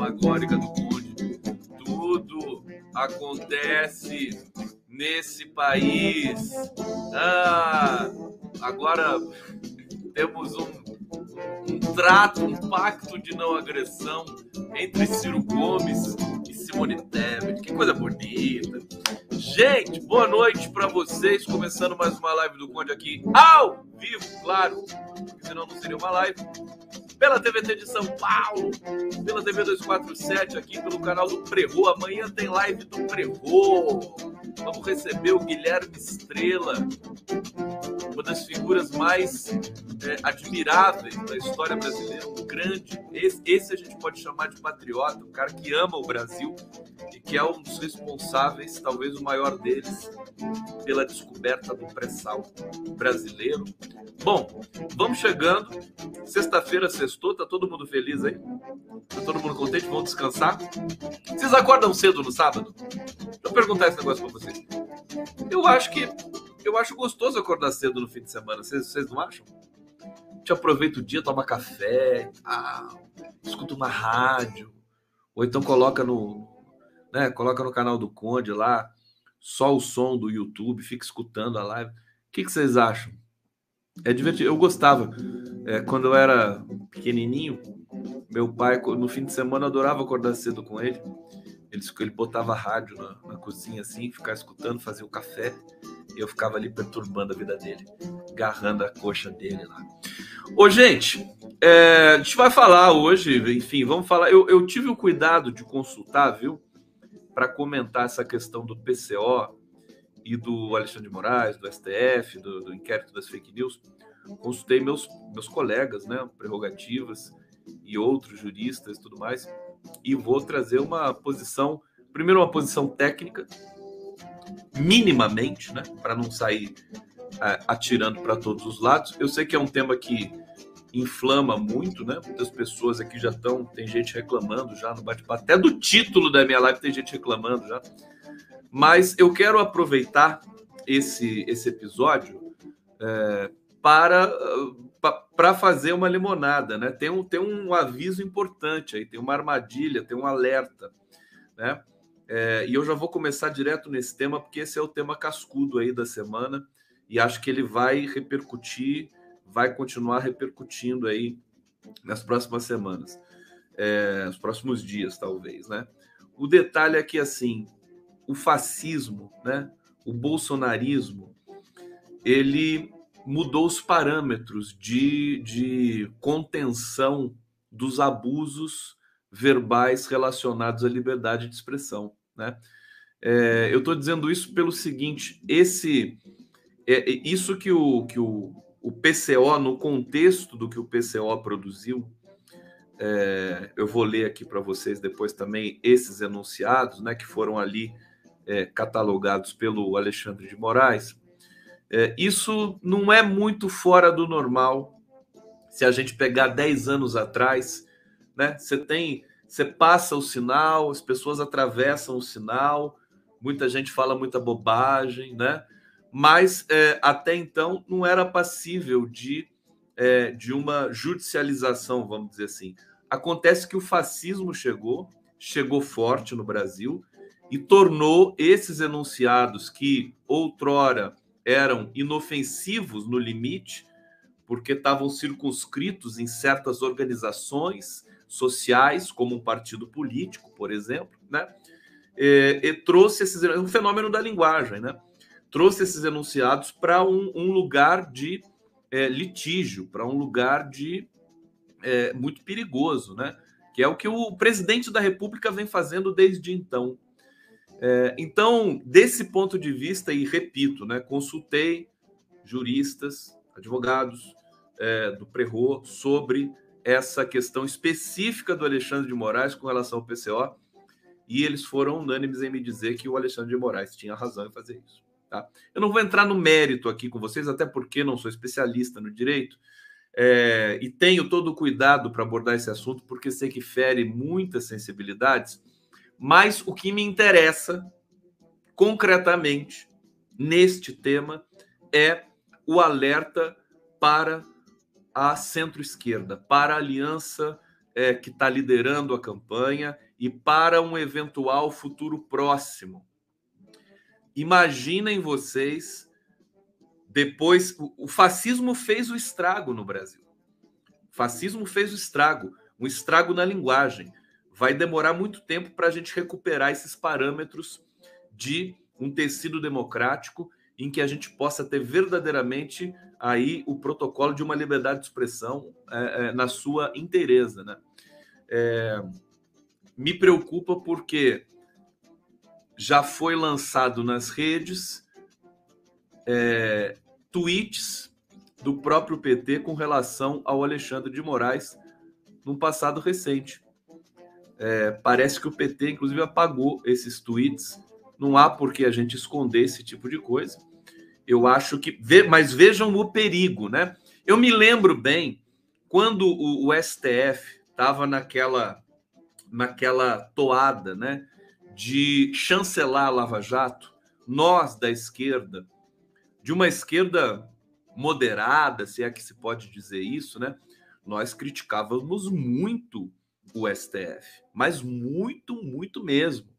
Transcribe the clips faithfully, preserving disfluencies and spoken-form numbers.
fantasmagórica do Conde. Tudo acontece nesse país. Ah, agora temos um, um trato, um pacto de não agressão entre Ciro Gomes e Simone Tebet. Que coisa bonita. Gente, boa noite para vocês. Começando mais uma live do Conde aqui ao vivo, claro, senão não seria uma live. Pela T V T de São Paulo, pela T V duzentos e quarenta e sete, aqui pelo canal do Prerro. Amanhã tem live do Prerro. Vamos receber o Guilherme Estrela, uma das figuras mais é, admiráveis da história brasileira, um grande, esse, esse a gente pode chamar de patriota, um cara que ama o Brasil e que é um dos responsáveis, talvez o maior deles, pela descoberta do pré-sal brasileiro. Bom, vamos chegando, sexta-feira sextou, tá todo mundo feliz aí? Tá todo mundo contente? Vão descansar? Vocês acordam cedo no sábado? Deixa eu perguntar esse negócio pra vocês. Eu acho que eu acho gostoso acordar cedo no fim de semana. Vocês, vocês não acham? A gente aproveita o dia, toma café, ah, escuta uma rádio, ou então coloca no, né, coloca no canal do Conde lá, só o som do YouTube, fica escutando a live. O que, que vocês acham? É divertido. Eu gostava. É, quando eu era pequenininho, meu pai, no fim de semana, eu adorava acordar cedo com ele. Ele, ele botava rádio na, na cozinha assim, ficava escutando, fazia o café. E eu ficava ali perturbando a vida dele, agarrando a coxa dele lá. Ô, gente, é, a gente vai falar hoje, enfim, vamos falar. Eu, eu tive o cuidado de consultar, viu, para comentar essa questão do P C O e do Alexandre de Moraes, do S T F, do, do inquérito das fake news. Consultei meus, meus colegas, né, prerrogativas e outros juristas e tudo mais, e vou trazer uma posição, primeiro uma posição técnica, minimamente, né, para não sair é, atirando para todos os lados. Eu sei que é um tema que inflama muito, né? Muitas pessoas aqui já estão, tem gente reclamando já no bate-papo, até do título da minha live tem gente reclamando já. Mas eu quero aproveitar esse, esse episódio é, para, para fazer uma limonada, né? Tem um, tem um aviso importante aí, tem uma armadilha, tem um alerta, né? É, e eu já vou começar direto nesse tema, porque esse é o tema cascudo aí da semana, e acho que ele vai repercutir, vai continuar repercutindo aí nas próximas semanas, é, nos próximos dias, talvez, né? O detalhe é que, assim, o fascismo, né, o bolsonarismo, ele mudou os parâmetros de, de contenção dos abusos verbais relacionados à liberdade de expressão, né? É, eu estou dizendo isso pelo seguinte: esse, é, isso que, o, que o, o P C O, no contexto do que o P C O produziu, é, eu vou ler aqui para vocês depois também esses enunciados, né, que foram ali é, catalogados pelo Alexandre de Moraes. É, isso não é muito fora do normal. Se a gente pegar dez anos atrás, né, você tem, você passa o sinal, as pessoas atravessam o sinal, muita gente fala muita bobagem, né? Mas é, até então não era passível de, é, de uma judicialização, vamos dizer assim. Acontece que o fascismo chegou, chegou forte no Brasil e tornou esses enunciados que outrora eram inofensivos no limite, porque estavam circunscritos em certas organizações sociais, como um partido político, por exemplo, né? E, e trouxe esses, um fenômeno da linguagem, né? Trouxe esses enunciados para um, um lugar de é, litígio, para um lugar de é, muito perigoso, né? Que é o que o presidente da República vem fazendo desde então. É, então, desse ponto de vista, e repito, né, consultei juristas, advogados é, do Prerro sobre essa questão específica do Alexandre de Moraes com relação ao P C O, e eles foram unânimes em me dizer que o Alexandre de Moraes tinha razão em fazer isso. Tá? Eu não vou entrar no mérito aqui com vocês, até porque não sou especialista no direito, é, e tenho todo o cuidado para abordar esse assunto, porque sei que fere muitas sensibilidades, mas o que me interessa concretamente neste tema é o alerta para a centro-esquerda, para a aliança é, que está liderando a campanha e para um eventual futuro próximo. Imaginem vocês, depois, o fascismo fez o estrago no Brasil. O fascismo fez o estrago, um estrago na linguagem. Vai demorar muito tempo para a gente recuperar esses parâmetros de um tecido democrático em que a gente possa ter verdadeiramente aí o protocolo de uma liberdade de expressão é, é, na sua inteireza, né? É, me preocupa porque já foi lançado nas redes é, tweets do próprio P T com relação ao Alexandre de Moraes num passado recente. É, parece que o P T, inclusive, apagou esses tweets. Não há por que a gente esconder esse tipo de coisa. Eu acho que... Mas vejam o perigo, né? Eu me lembro bem quando o, o S T F estava naquela, naquela toada, né, de chancelar a Lava Jato. Nós, da esquerda, de uma esquerda moderada, se é que se pode dizer isso, né? Nós criticávamos muito o S T F, mas muito, muito mesmo.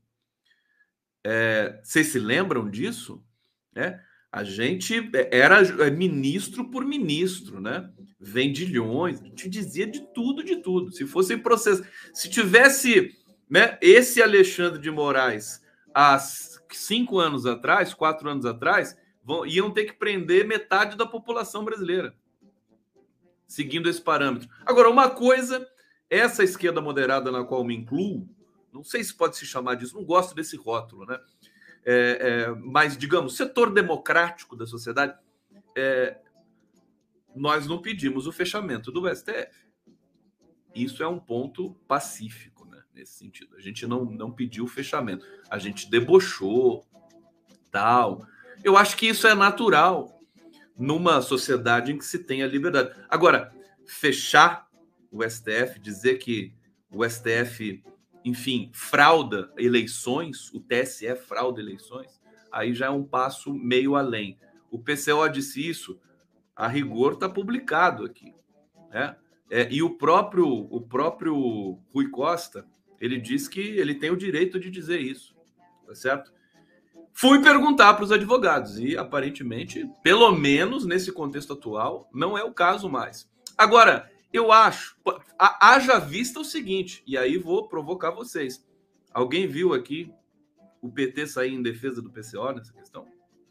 É, vocês se lembram disso? É, a gente era ministro por ministro, né? Vendilhões, a gente dizia de tudo, de tudo. Se fosse processo, se tivesse, né, esse Alexandre de Moraes há cinco anos atrás, quatro anos atrás, vão, iam ter que prender metade da população brasileira, seguindo esse parâmetro. Agora, uma coisa, essa esquerda moderada na qual me incluo, não sei se pode se chamar disso, não gosto desse rótulo, né? É, é, mas, digamos, setor democrático da sociedade, é, nós não pedimos o fechamento do S T F. Isso é um ponto pacífico, né, nesse sentido. A gente não, não pediu o fechamento. A gente debochou, tal. Eu acho que isso é natural numa sociedade em que se tem a liberdade. Agora, fechar o S T F, dizer que o S T F... enfim, frauda eleições, o T S E frauda eleições, aí já é um passo meio além. O P C O disse isso, a rigor está publicado aqui, né? É, e o próprio, o próprio Rui Costa, ele diz que ele tem o direito de dizer isso, tá certo? Fui perguntar para os advogados e, aparentemente, pelo menos nesse contexto atual, não é o caso mais. Agora, eu acho, haja vista o seguinte, e aí vou provocar vocês. Alguém viu aqui o P T sair em defesa do P C O nessa questão?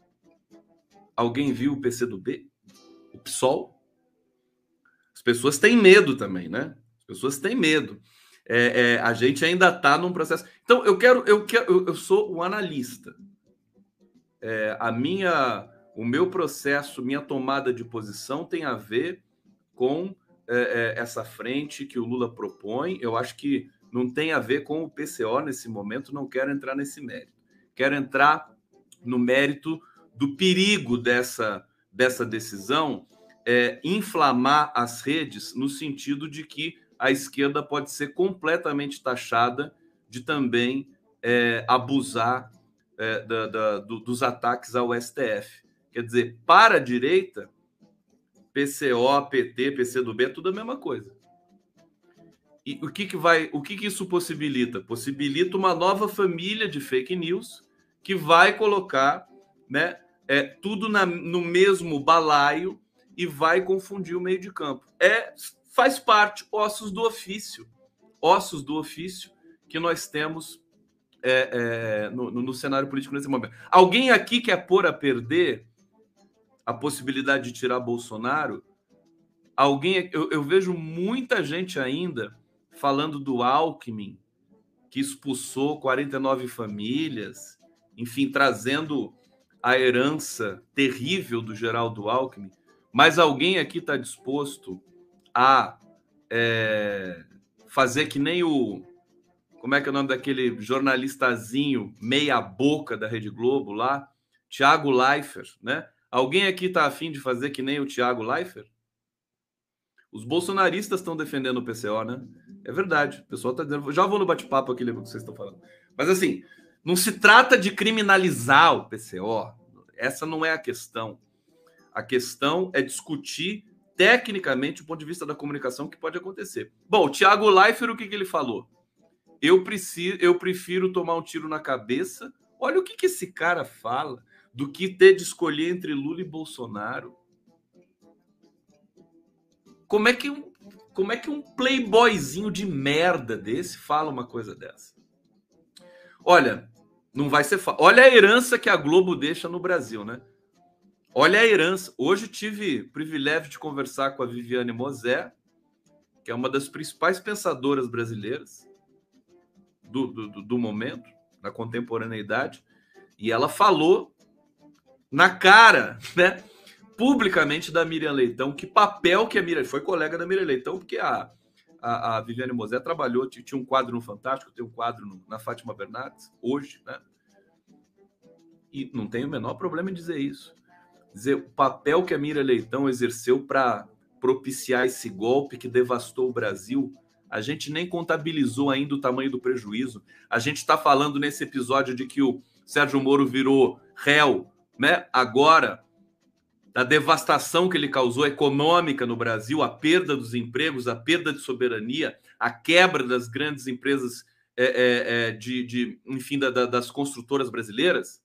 Alguém viu o P C do B? O PSOL? As pessoas têm medo também, né? As pessoas têm medo. É, é, a gente ainda está num processo... Então, eu quero... Eu, quero, eu sou um analista. É, a minha, o meu processo, minha tomada de posição tem a ver com é, é, essa frente que o Lula propõe. Eu acho que não tem a ver com o P C O nesse momento, não quero entrar nesse mérito. Quero entrar no mérito do perigo dessa, dessa decisão é, inflamar as redes no sentido de que a esquerda pode ser completamente taxada de também é, abusar é, da, da, do, dos ataques ao S T F. Quer dizer, para a direita, P C O, P T, P C do B, é tudo a mesma coisa. E o que, que vai, o que, que isso possibilita? Possibilita uma nova família de fake news que vai colocar, né, é, tudo na, no mesmo balaio e vai confundir o meio de campo. É, faz parte, ossos do ofício, ossos do ofício que nós temos é, é, no, no cenário político nesse momento. Alguém aqui quer pôr a perder a possibilidade de tirar Bolsonaro? Alguém, eu, eu vejo muita gente ainda falando do Alckmin, que expulsou quarenta e nove famílias, enfim, trazendo a herança terrível do Geraldo Alckmin. Mas alguém aqui está disposto a é, fazer que nem o... Como é que é o nome daquele jornalistazinho meia boca da Rede Globo lá? Thiago Leifert, né? Alguém aqui está afim de fazer que nem o Thiago Leifert? Os bolsonaristas estão defendendo o P C O, né? É verdade. O pessoal está dizendo... Já vou no bate-papo aqui, lembra o que vocês estão falando. Mas assim, não se trata de criminalizar o P C O. Essa não é a questão. A questão é discutir tecnicamente, do ponto de vista da comunicação, o que pode acontecer. Bom, o Thiago Leifert, o que, que ele falou? Eu, preciso, eu prefiro tomar um tiro na cabeça. Olha o que, que esse cara fala do que ter de escolher entre Lula e Bolsonaro. Como é que um, como é que um playboyzinho de merda desse fala uma coisa dessa? Olha, não vai ser fácil. Olha a herança que a Globo deixa no Brasil, né? Olha a herança. Hoje tive o privilégio de conversar com a Viviane Mosé, que é uma das principais pensadoras brasileiras do, do, do momento, da contemporaneidade, e ela falou na cara, né, publicamente, da Miriam Leitão, que papel que a Miriam... Foi colega da Miriam Leitão, porque a, a, a Viviane Mosé trabalhou, tinha um quadro no Fantástico, tem um quadro no, na Fátima Bernardes, hoje, né? E não tem o menor problema em dizer isso. Dizer o papel que a Miriam Leitão exerceu para propiciar esse golpe que devastou o Brasil. A gente nem contabilizou ainda o tamanho do prejuízo. A gente está falando nesse episódio de que o Sérgio Moro virou réu, né? Agora, da devastação que ele causou econômica no Brasil, a perda dos empregos, a perda de soberania, a quebra das grandes empresas, é, é, é, de, de, enfim, da, da, das construtoras brasileiras.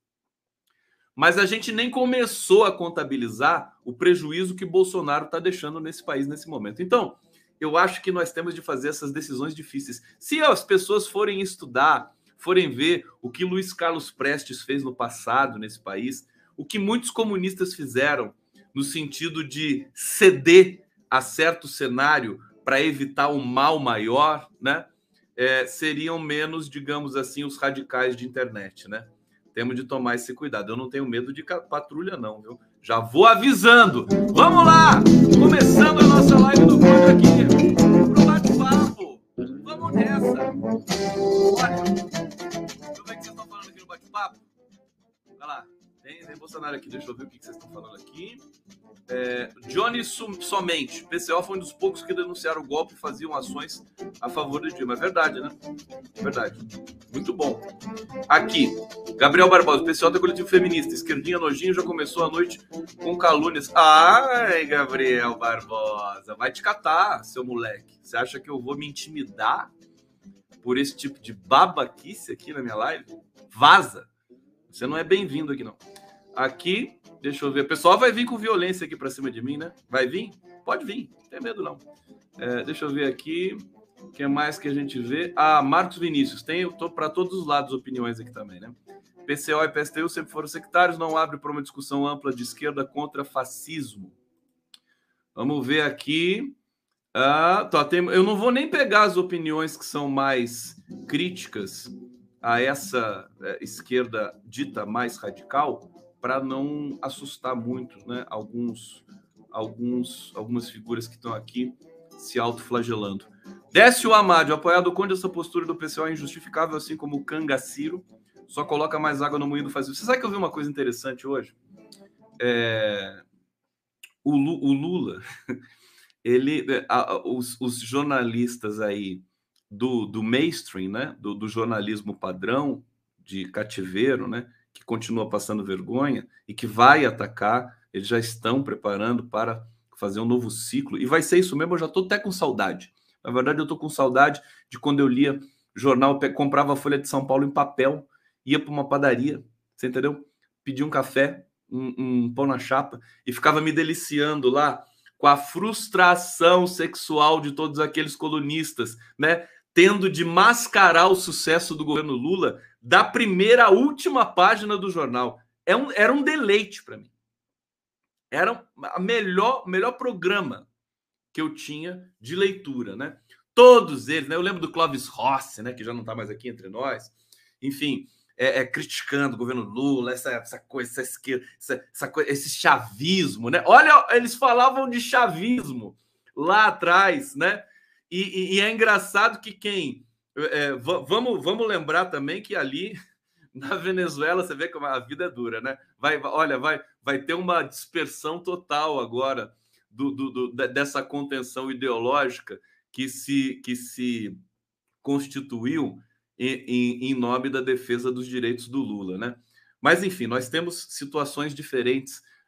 Mas a gente nem começou a contabilizar o prejuízo que Bolsonaro está deixando nesse país nesse momento. Então, eu acho que nós temos de fazer essas decisões difíceis. Se as pessoas forem estudar, forem ver o que Luiz Carlos Prestes fez no passado nesse país, o que muitos comunistas fizeram no sentido de ceder a certo cenário para evitar um mal maior, né? É, seriam menos, digamos assim, os radicais de internet, né? Temos de tomar esse cuidado. Eu não tenho medo de patrulha, não, viu? Já vou avisando. Vamos lá! Começando a nossa live do Conde aqui. Pro bate-papo. Vamos nessa. Olha, deixa eu ver o que vocês estão falando aqui no bate-papo. Olha lá. Tem, tem Bolsonaro aqui. Deixa eu ver o que vocês estão falando aqui. É, Johnny Somente. P C O foi um dos poucos que denunciaram o golpe e faziam ações a favor do Dilma. É verdade, né? É verdade. Muito bom. Aqui, Gabriel Barbosa. O P C O tem coletivo feminista. Esquerdinha nojinho já começou a noite com calúnias. Ai, Gabriel Barbosa. Vai te catar, seu moleque. Você acha que eu vou me intimidar por esse tipo de babaquice aqui na minha live? Vaza. Você não é bem-vindo aqui, não. Aqui, deixa eu ver. O pessoal vai vir com violência aqui pra cima de mim, né? Vai vir? Pode vir. Não tem medo, não. É, deixa eu ver aqui. O que mais que a gente vê? Ah, Marcos Vinícius. Tem para todos os lados opiniões aqui também, né? P C O e P S T U sempre foram sectários. Não abre para uma discussão ampla de esquerda contra fascismo. Vamos ver aqui. Ah, tá, tem, eu não vou nem pegar as opiniões que são mais críticas a essa é, esquerda dita mais radical, para não assustar muito, né? Alguns, alguns, algumas figuras que estão aqui se autoflagelando. Décio Amado, apoiado Conde, essa postura do P C O é injustificável, assim como o Cangaciro, só coloca mais água no moinho do fascismo. Você sabe que eu vi uma coisa interessante hoje? É... O, Lu, o Lula, ele, a, os, os jornalistas aí do, do mainstream, né? Do, do jornalismo padrão de cativeiro, né? Que continua passando vergonha e que vai atacar, eles já estão preparando para fazer um novo ciclo, e vai ser isso mesmo. Eu já estou até com saudade. Na verdade, eu estou com saudade de quando eu lia jornal, comprava a Folha de São Paulo em papel, ia para uma padaria, você entendeu? Pedia um café, um, um pão na chapa, e ficava me deliciando lá com a frustração sexual de todos aqueles colunistas, né? Tendo de mascarar o sucesso do governo Lula da primeira à última página do jornal. É um, era um deleite para mim. Era o melhor, melhor programa que eu tinha de leitura, né? Todos eles, né? Eu lembro do Clóvis Rossi, né? Que já não está mais aqui entre nós. Enfim, é, é, criticando o governo Lula, essa, essa coisa, essa esquerda, essa, essa coisa, esse chavismo, né? Olha, eles falavam de chavismo lá atrás, né? E, e, e é engraçado que quem... É, vamos, vamos lembrar também que ali na Venezuela você vê como a vida é dura, né? Vai, olha, vai, vai ter uma dispersão total agora do, do, do, dessa contenção ideológica que se, que se constituiu em, em, em nome da defesa dos direitos do Lula, né? Mas, enfim, nós temos situações diferentes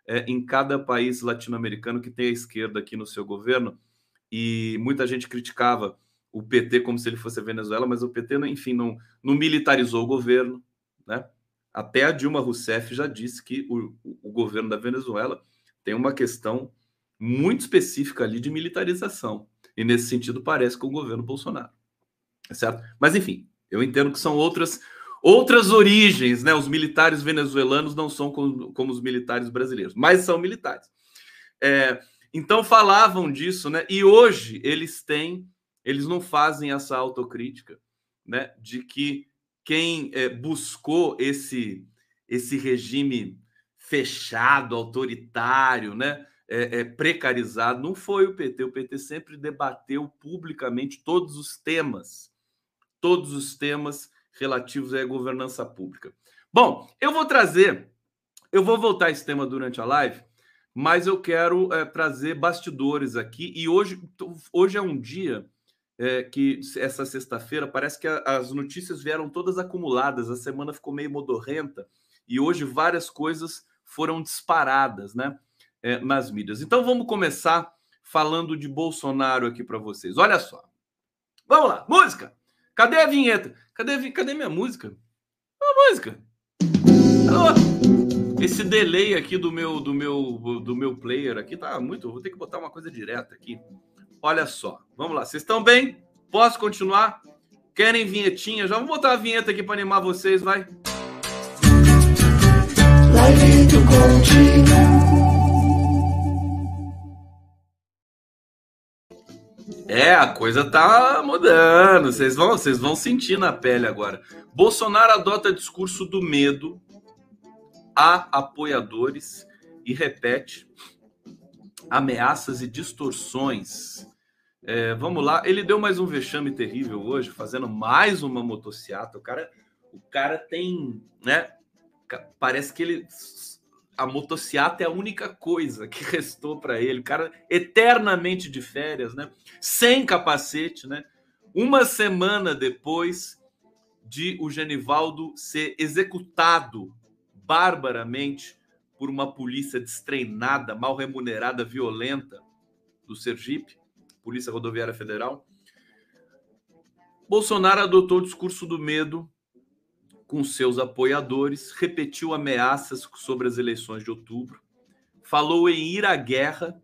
é, em cada país latino-americano que tem a esquerda aqui no seu governo, e muita gente criticava o P T como se ele fosse a Venezuela, mas o P T, enfim, não, não militarizou o governo, né? Até a Dilma Rousseff já disse que o, o governo da Venezuela tem uma questão muito específica ali de militarização. E nesse sentido parece com o governo Bolsonaro. Certo? Mas enfim, eu entendo que são outras, outras origens, né? Os militares venezuelanos não são como, como os militares brasileiros, mas são militares. É, então falavam disso, né? E hoje eles têm, eles não fazem essa autocrítica, né? De que quem é, buscou esse, esse regime fechado, autoritário, né? É, é, precarizado, não foi o P T. O P T sempre debateu publicamente todos os temas, todos os temas relativos à governança pública. Bom, eu vou trazer, eu vou voltar a esse tema durante a live, mas eu quero é, trazer bastidores aqui. E hoje, hoje é um dia é, que, essa sexta-feira, parece que a, as notícias vieram todas acumuladas, a semana ficou meio modorrenta, e hoje várias coisas foram disparadas, né? É, nas mídias. Então vamos começar falando de Bolsonaro aqui para vocês. Olha só. Vamos lá, música. Cadê a vinheta? Cadê, cadê minha música? A música. Alô? Esse delay aqui do meu do meu do meu player aqui tá muito, vou ter que botar uma coisa direta aqui. Olha só. Vamos lá. Vocês estão bem? Posso continuar? Querem vinhetinha? Já vou botar a vinheta aqui para animar vocês, vai. Live do Coutinho. É, a coisa tá mudando, vocês vão, vocês vão sentir na pele agora. Bolsonaro adota discurso do medo a apoiadores e repete ameaças e distorções. É, vamos lá, ele deu mais um vexame terrível hoje, fazendo mais uma motociata. O cara, o cara tem, né? Parece que ele... A motociata é a única coisa que restou para ele. O cara eternamente de férias, né? Sem capacete, né? Uma semana depois de o Genivaldo ser executado barbaramente por uma polícia destreinada, mal remunerada, violenta do Sergipe, Polícia Rodoviária Federal, Bolsonaro adotou o discurso do medo com seus apoiadores, repetiu ameaças sobre as eleições de outubro, falou em ir à guerra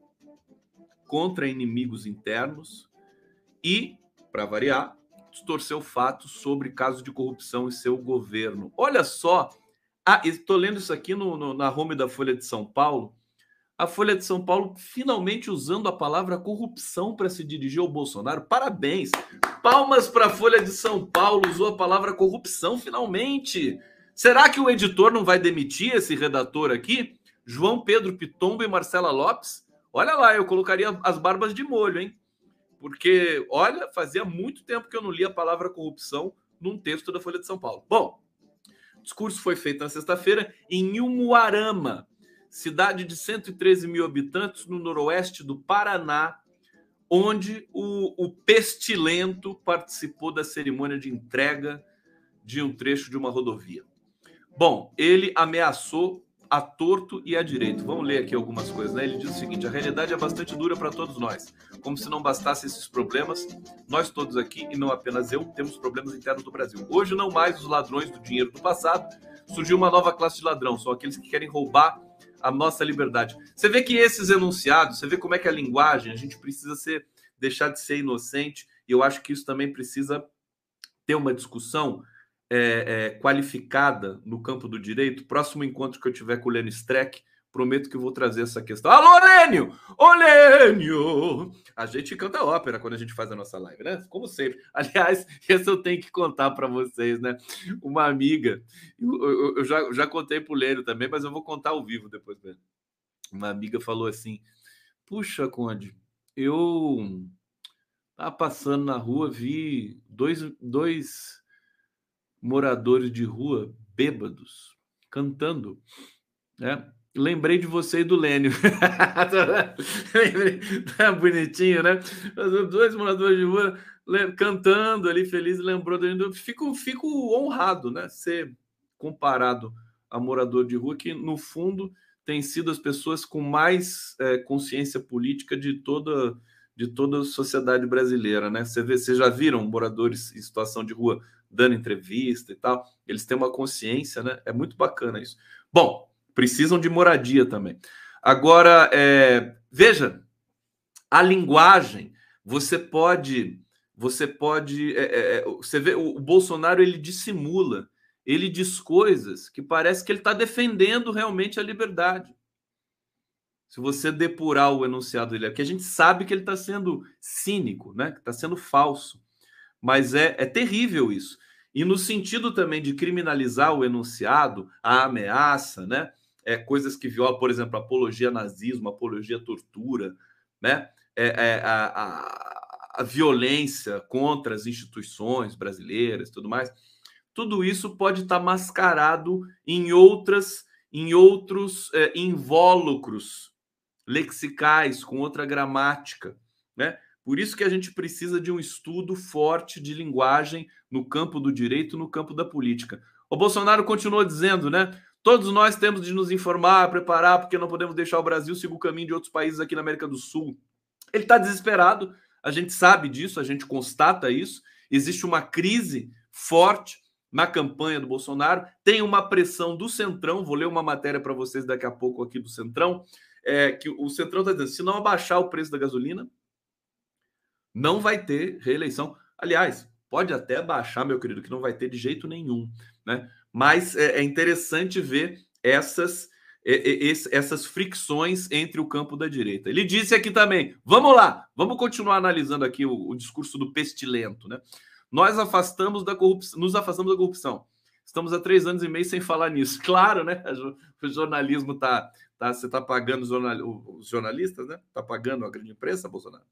contra inimigos internos e, para variar, distorceu fatos sobre casos de corrupção em seu governo. Olha só, ah, estou lendo isso aqui no, no, na home da Folha de São Paulo, a Folha de São Paulo finalmente usando a palavra corrupção para se dirigir ao Bolsonaro. Parabéns! Palmas para a Folha de São Paulo, usou a palavra corrupção finalmente. Será que o editor não vai demitir esse redator aqui? João Pedro Pitombo e Marcela Lopes? Olha lá, eu colocaria as barbas de molho, hein? Porque, olha, fazia muito tempo que eu não li a palavra corrupção num texto da Folha de São Paulo. Bom, o discurso foi feito na sexta-feira em Umuarama, cidade de cento e treze mil habitantes no noroeste do Paraná, onde o, o pestilento participou da cerimônia de entrega de um trecho de uma rodovia. Bom, ele ameaçou a torto e a direito. Vamos ler aqui algumas coisas, né? Ele diz o seguinte: a realidade é bastante dura para todos nós. Como se não bastasse esses problemas, nós todos aqui, e não apenas eu, temos problemas internos do Brasil. Hoje, não mais os ladrões do dinheiro do passado, surgiu uma nova classe de ladrão, são aqueles que querem roubar a nossa liberdade. Você vê que esses enunciados, você vê como é que a linguagem, a gente precisa ser, deixar de ser inocente, e eu acho que isso também precisa ter uma discussão é, é, qualificada no campo do direito. Próximo encontro que eu tiver com o Lênio Streck, prometo que eu vou trazer essa questão. Alô, Lênio! Ô, Lênio! A gente canta ópera quando a gente faz a nossa live, né? Como sempre. Aliás, esse eu tenho que contar para vocês, né? Uma amiga, eu, eu, eu, já, eu já contei pro Lênio também, mas eu vou contar ao vivo depois mesmo. Uma amiga falou assim: puxa, Conde, eu tava passando na rua, vi dois, dois moradores de rua bêbados cantando, né? Lembrei de você e do Lênio. Tá bonitinho, né? Dois moradores de rua cantando ali, feliz, lembrou do Lênio. Fico, fico honrado, né? Ser comparado a morador de rua que, no fundo, têm sido as pessoas com mais é, consciência política de toda, de toda a sociedade brasileira, né? Você vê, vocês já viram moradores em situação de rua dando entrevista e tal? Eles têm uma consciência, né? É muito bacana isso. Bom, precisam de moradia também. Agora, é, veja, a linguagem, você pode, você pode, é, é, você vê, o, o Bolsonaro ele dissimula, ele diz coisas que parece que ele está defendendo realmente a liberdade. Se você depurar o enunciado dele, é que a gente sabe que ele está sendo cínico, né? Que está sendo falso, mas é, é terrível isso. E no sentido também de criminalizar o enunciado, a ameaça, né? É, coisas que violam, por exemplo, apologia a nazismo, apologia à tortura, né? É, é, a, a, a violência contra as instituições brasileiras, tudo mais. Tudo isso pode estar mascarado em outras, em outros é, invólucros lexicais, com outra gramática, né? Por isso que a gente precisa de um estudo forte de linguagem no campo do direito, no campo da política. O Bolsonaro continuou dizendo, né? Todos nós temos de nos informar, preparar, porque não podemos deixar o Brasil seguir o caminho de outros países aqui na América do Sul. Ele está desesperado, a gente sabe disso, a gente constata isso. Existe uma crise forte na campanha do Bolsonaro, tem uma pressão do Centrão, vou ler uma matéria para vocês daqui a pouco aqui do Centrão, é, que o Centrão está dizendo, se não abaixar o preço da gasolina, não vai ter reeleição. Aliás, pode até baixar, meu querido, que não vai ter de jeito nenhum, né? Mas é, é interessante ver essas, é, é, essas fricções entre o campo da direita. Ele disse aqui também, vamos lá, vamos continuar analisando aqui o, o discurso do pestilento, né? Nós afastamos da corrupção, nos afastamos da corrupção. Estamos há três anos e meio sem falar nisso. Claro, né? O jornalismo tá, tá você está pagando os, jornal, os jornalistas, né? Está pagando a grande imprensa, Bolsonaro.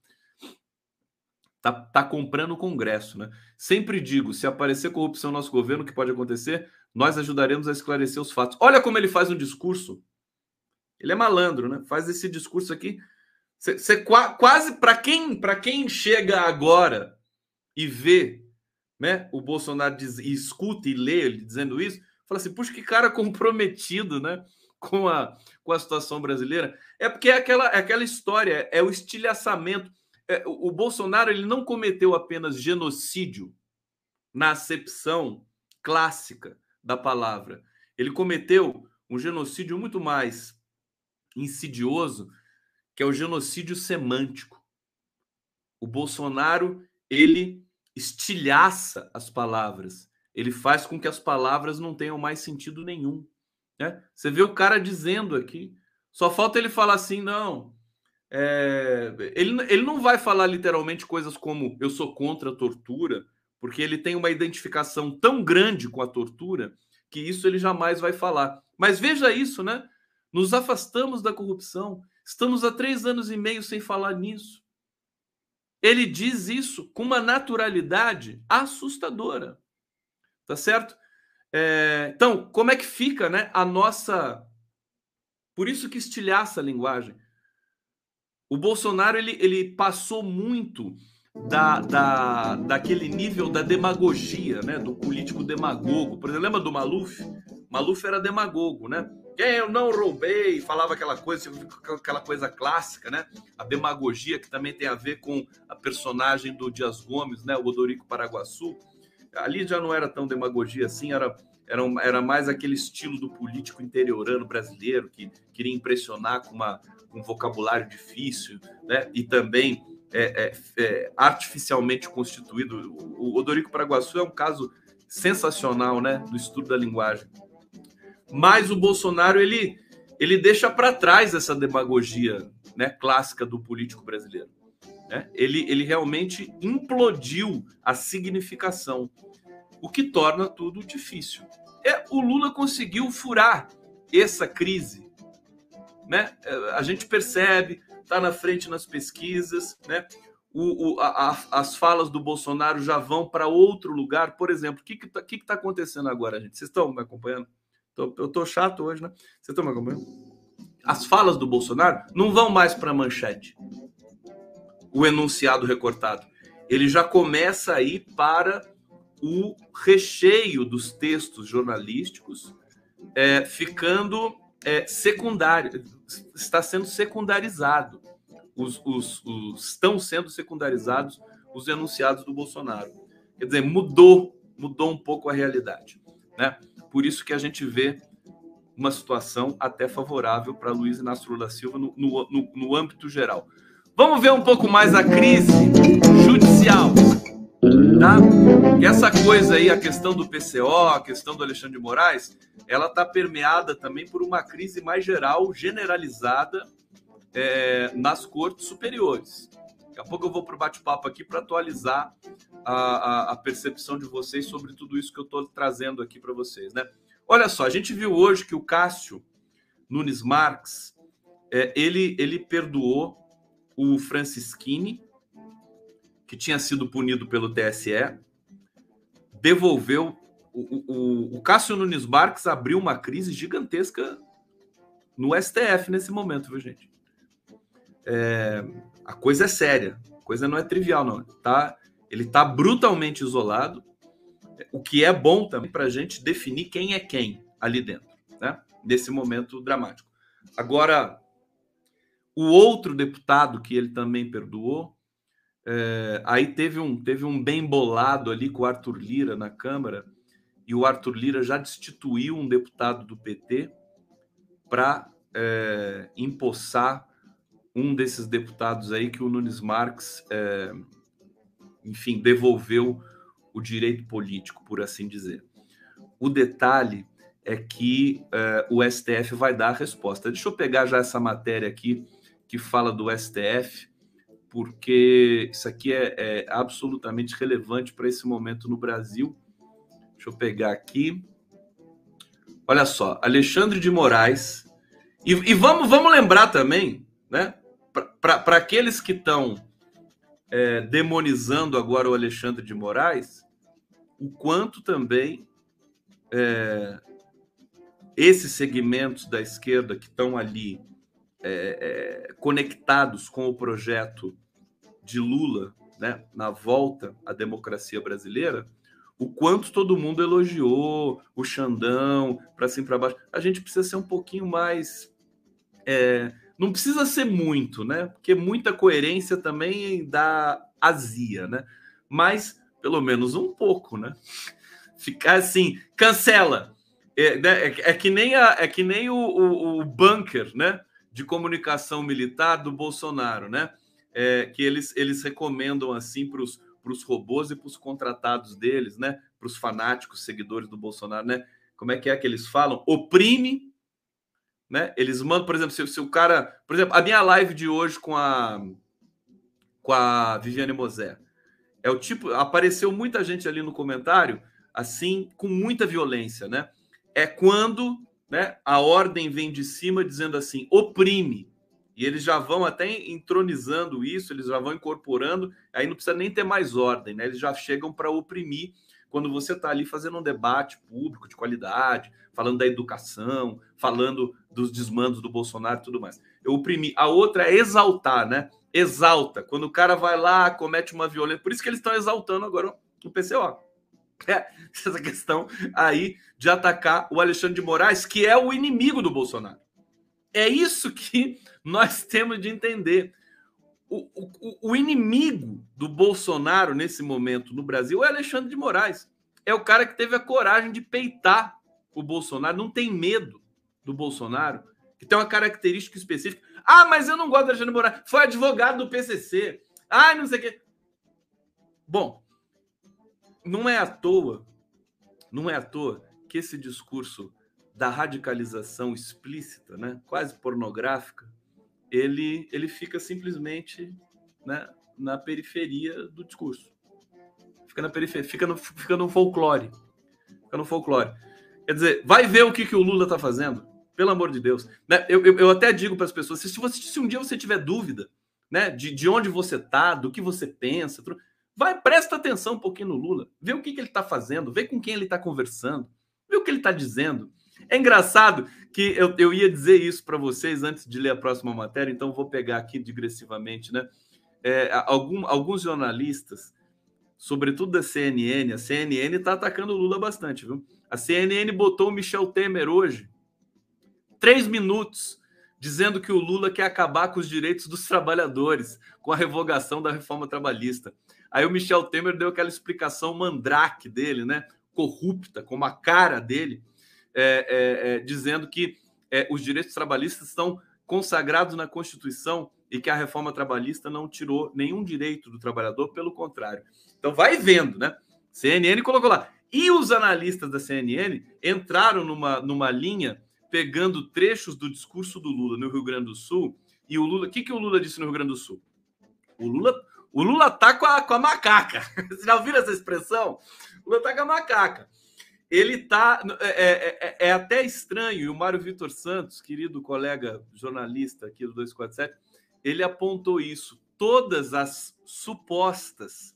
Tá, tá comprando o Congresso, né? Sempre digo, se aparecer corrupção no nosso governo, o que pode acontecer? Nós ajudaremos a esclarecer os fatos. Olha como ele faz um discurso. Ele é malandro, né? Faz esse discurso aqui. Cê, cê, quase para quem, para quem chega agora e vê, né, o Bolsonaro diz, e escuta e lê ele dizendo isso, fala assim, puxa, que cara comprometido, né, com a, com a situação brasileira. É porque é aquela, é aquela história, é o estilhaçamento. É, o, o Bolsonaro ele não cometeu apenas genocídio na acepção clássica da palavra. Ele cometeu um genocídio muito mais insidioso, que é o genocídio semântico. O Bolsonaro, ele estilhaça as palavras. Ele faz com que as palavras não tenham mais sentido nenhum, né? Você vê o cara dizendo aqui, só falta ele falar assim, não, é... ele, ele não vai falar literalmente coisas como eu sou contra a tortura, porque ele tem uma identificação tão grande com a tortura que isso ele jamais vai falar. Mas veja isso, né? Nos afastamos da corrupção. Estamos há três anos e meio sem falar nisso. Ele diz isso com uma naturalidade assustadora, tá certo? É, então, como é que fica, né, a nossa... Por isso que estilhaça a linguagem. O Bolsonaro, ele, ele passou muito da, da, daquele nível da demagogia, né, do político demagogo. Por exemplo, lembra do Maluf? Maluf era demagogo, né? Eu não roubei, falava aquela coisa, aquela coisa clássica, né? A demagogia, que também tem a ver com a personagem do Dias Gomes, né? O Odorico Paraguaçu. Ali já não era tão demagogia assim, era, era, era mais aquele estilo do político interiorano brasileiro que queria impressionar com uma, um vocabulário difícil, né? E também é, é, é, artificialmente constituído. O Odorico Paraguaçu é um caso sensacional, né? Do estudo da linguagem. Mas o Bolsonaro, ele, ele deixa para trás essa demagogia, né, clássica do político brasileiro. Né? Ele, ele realmente implodiu a significação, o que torna tudo difícil. É, o Lula conseguiu furar essa crise. Né? A gente percebe, está na frente nas pesquisas, né? o, o, a, a, as falas do Bolsonaro já vão para outro lugar. Por exemplo, o que está que que tá acontecendo agora, gente? Vocês estão me acompanhando? Eu tô chato hoje, né? Vocês estão me acompanhando? As falas do Bolsonaro não vão mais para a manchete, o enunciado recortado. Ele já começa a ir para o recheio dos textos jornalísticos, é, ficando é, secundário, está sendo secundarizado. Os, os, os, estão sendo secundarizados os enunciados do Bolsonaro. Quer dizer, mudou, mudou um pouco a realidade, né? Por isso que a gente vê uma situação até favorável para Luiz Inácio Lula Silva no, no, no, no âmbito geral. Vamos ver um pouco mais a crise judicial, tá? Que essa coisa aí, a questão do P C O, a questão do Alexandre de Moraes, ela está permeada também por uma crise mais geral, generalizada, é, nas cortes superiores. Daqui a pouco eu vou para o bate-papo aqui para atualizar a, a, a percepção de vocês sobre tudo isso que eu estou trazendo aqui para vocês, né? Olha só, a gente viu hoje que o Cássio Nunes Marques, é, ele, ele perdoou o Francisquini, que tinha sido punido pelo T S E, devolveu. O, o, o Cássio Nunes Marques abriu uma crise gigantesca no S T F nesse momento, viu, gente? É, a coisa é séria, a coisa não é trivial, não. Tá, ele está brutalmente isolado, o que é bom também para a gente definir quem é quem ali dentro, né? Nesse momento dramático. Agora, o outro deputado que ele também perdoou, é, aí teve um, teve um bem bolado ali com o Arthur Lira na Câmara, e o Arthur Lira já destituiu um deputado do P T para é, empossar um desses deputados aí que o Nunes Marques, é, enfim, devolveu o direito político, por assim dizer. O detalhe é que é, o S T F vai dar a resposta. Deixa eu pegar já essa matéria aqui que fala do S T F, porque isso aqui é, é absolutamente relevante para esse momento no Brasil. Deixa eu pegar aqui. Olha só, Alexandre de Moraes. E, e vamos, vamos lembrar também, né? Para aqueles que estão é, demonizando agora o Alexandre de Moraes, o quanto também é, esses segmentos da esquerda que estão ali é, é, conectados com o projeto de Lula, né, na volta à democracia brasileira, o quanto todo mundo elogiou o Xandão, para cima e para baixo. A gente precisa ser um pouquinho mais... É, não precisa ser muito, né? Porque muita coerência também dá azia, né? Mas, pelo menos um pouco, né? Ficar assim, cancela. É, né? é, é que nem, a, é que nem o, o, o bunker, né? De comunicação militar do Bolsonaro, né? É, que eles, eles recomendam assim para os robôs e para os contratados deles, né? Para os fanáticos, seguidores do Bolsonaro, né? Como é que é que eles falam? Oprime, né? Eles mandam, por exemplo, se, se o cara... Por exemplo, a minha live de hoje com a, com a Viviane Mosé, é o tipo... Apareceu muita gente ali no comentário, assim, com muita violência, né? É quando, né, a ordem vem de cima dizendo assim, oprime. E eles já vão até entronizando isso, eles já vão incorporando, aí não precisa nem ter mais ordem, né? Eles já chegam para oprimir quando você está ali fazendo um debate público de qualidade, falando da educação, falando dos desmandos do Bolsonaro e tudo mais. Eu oprimi. A outra é exaltar, né? Exalta. Quando o cara vai lá, comete uma violência. Por isso que eles estão exaltando agora o P C O. É, essa questão aí de atacar o Alexandre de Moraes, que é o inimigo do Bolsonaro. É isso que nós temos de entender. O, o, o inimigo do Bolsonaro nesse momento no Brasil é Alexandre de Moraes. É o cara que teve a coragem de peitar o Bolsonaro, não tem medo do Bolsonaro, que tem uma característica específica. Ah, mas eu não gosto do Alexandre de Moraes. Foi advogado do P C C. Ah, não sei o quê. Bom, não é à toa, não é à toa que esse discurso da radicalização explícita, né, quase pornográfica, ele, ele fica simplesmente, né, na periferia do discurso. Fica na periferia, fica no, fica no folclore. Fica no folclore. Quer dizer, vai ver o que, que o Lula está fazendo, pelo amor de Deus. Né? Eu, eu, eu até digo para as pessoas, se, você, se um dia você tiver dúvida, né, de, de onde você está, do que você pensa, vai, presta atenção um pouquinho no Lula, vê o que, que ele está fazendo, vê com quem ele está conversando, vê o que ele está dizendo. É engraçado que eu, eu ia dizer isso para vocês antes de ler a próxima matéria, então vou pegar aqui digressivamente, né? É, algum, alguns jornalistas, sobretudo da C N N, a C N N está atacando o Lula bastante, viu? A C N N botou o Michel Temer hoje três minutos dizendo que o Lula quer acabar com os direitos dos trabalhadores, com a revogação da reforma trabalhista. Aí o Michel Temer deu aquela explicação mandrake dele, né? Corrupta, como a cara dele, é, é, é, dizendo que é, os direitos trabalhistas estão consagrados na Constituição e que a reforma trabalhista não tirou nenhum direito do trabalhador, pelo contrário. Então vai vendo, né? C N N colocou lá. E os analistas da C N N entraram numa, numa linha pegando trechos do discurso do Lula no Rio Grande do Sul. E o Lula, o que, que o Lula disse no Rio Grande do Sul? O Lula, o Lula tá com a, com a macaca. Vocês já ouviram essa expressão? O Lula tá com a macaca. Ele tá. É, é, é até estranho, e o Mário Vitor Santos, querido colega jornalista aqui do dois quatro sete, ele apontou isso. Todas as supostas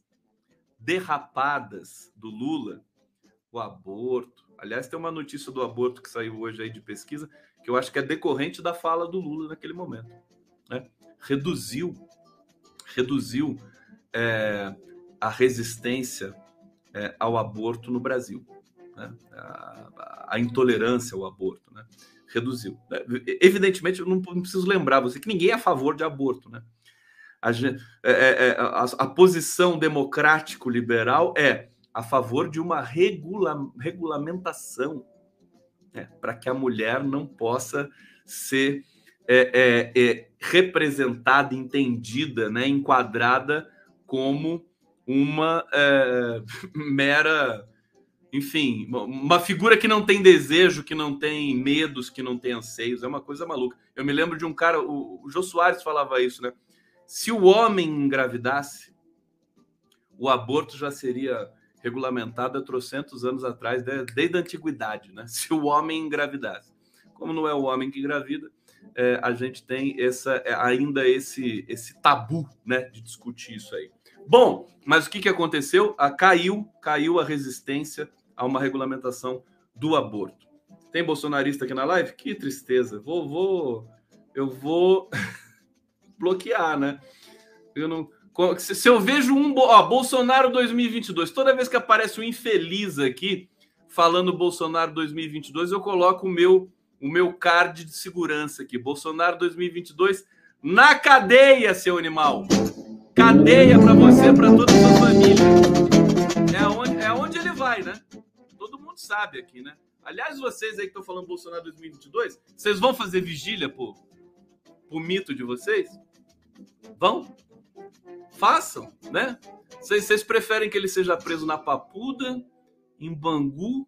derrapadas do Lula, o aborto. Aliás, tem uma notícia do aborto que saiu hoje aí de pesquisa, que eu acho que é decorrente da fala do Lula naquele momento, né? Reduziu, reduziu é, a resistência é, ao aborto no Brasil, né? a, a intolerância ao aborto, né? Reduziu. Evidentemente, eu não preciso lembrar você que ninguém é a favor de aborto, né? A, é, é, a, a posição democrático-liberal é a favor de uma regula, regulamentação, né, para que a mulher não possa ser é, é, é, representada, entendida, né, enquadrada como uma é, mera, enfim, uma figura que não tem desejo, que não tem medos, que não tem anseios. É uma coisa maluca. Eu me lembro de um cara, o, o Jô Soares falava isso, né? Se o homem engravidasse, o aborto já seria regulamentado há trocentos anos atrás, desde a antiguidade, né? Se o homem engravidasse. Como não é o homem que engravida, é, a gente tem essa, é, ainda esse, esse tabu, né, de discutir isso aí. Bom, mas o que, que aconteceu? Ah, caiu, caiu a resistência a uma regulamentação do aborto. Tem bolsonarista aqui na live? Que tristeza. Vou, vou, eu vou bloquear, né? Eu não... Se eu vejo um... Ó, Bolsonaro dois mil e vinte e dois, toda vez que aparece um infeliz aqui falando Bolsonaro dois mil e vinte e dois, eu coloco o meu, o meu card de segurança aqui. Bolsonaro dois mil e vinte e dois na cadeia, seu animal. Cadeia para você, para toda a sua família. É onde, é onde ele vai, né? Todo mundo sabe aqui, né? Aliás, vocês aí que estão falando Bolsonaro dois mil e vinte e dois, vocês vão fazer vigília pro, pro mito de vocês? Vão? Façam, né? Vocês, vocês preferem que ele seja preso na Papuda, em Bangu,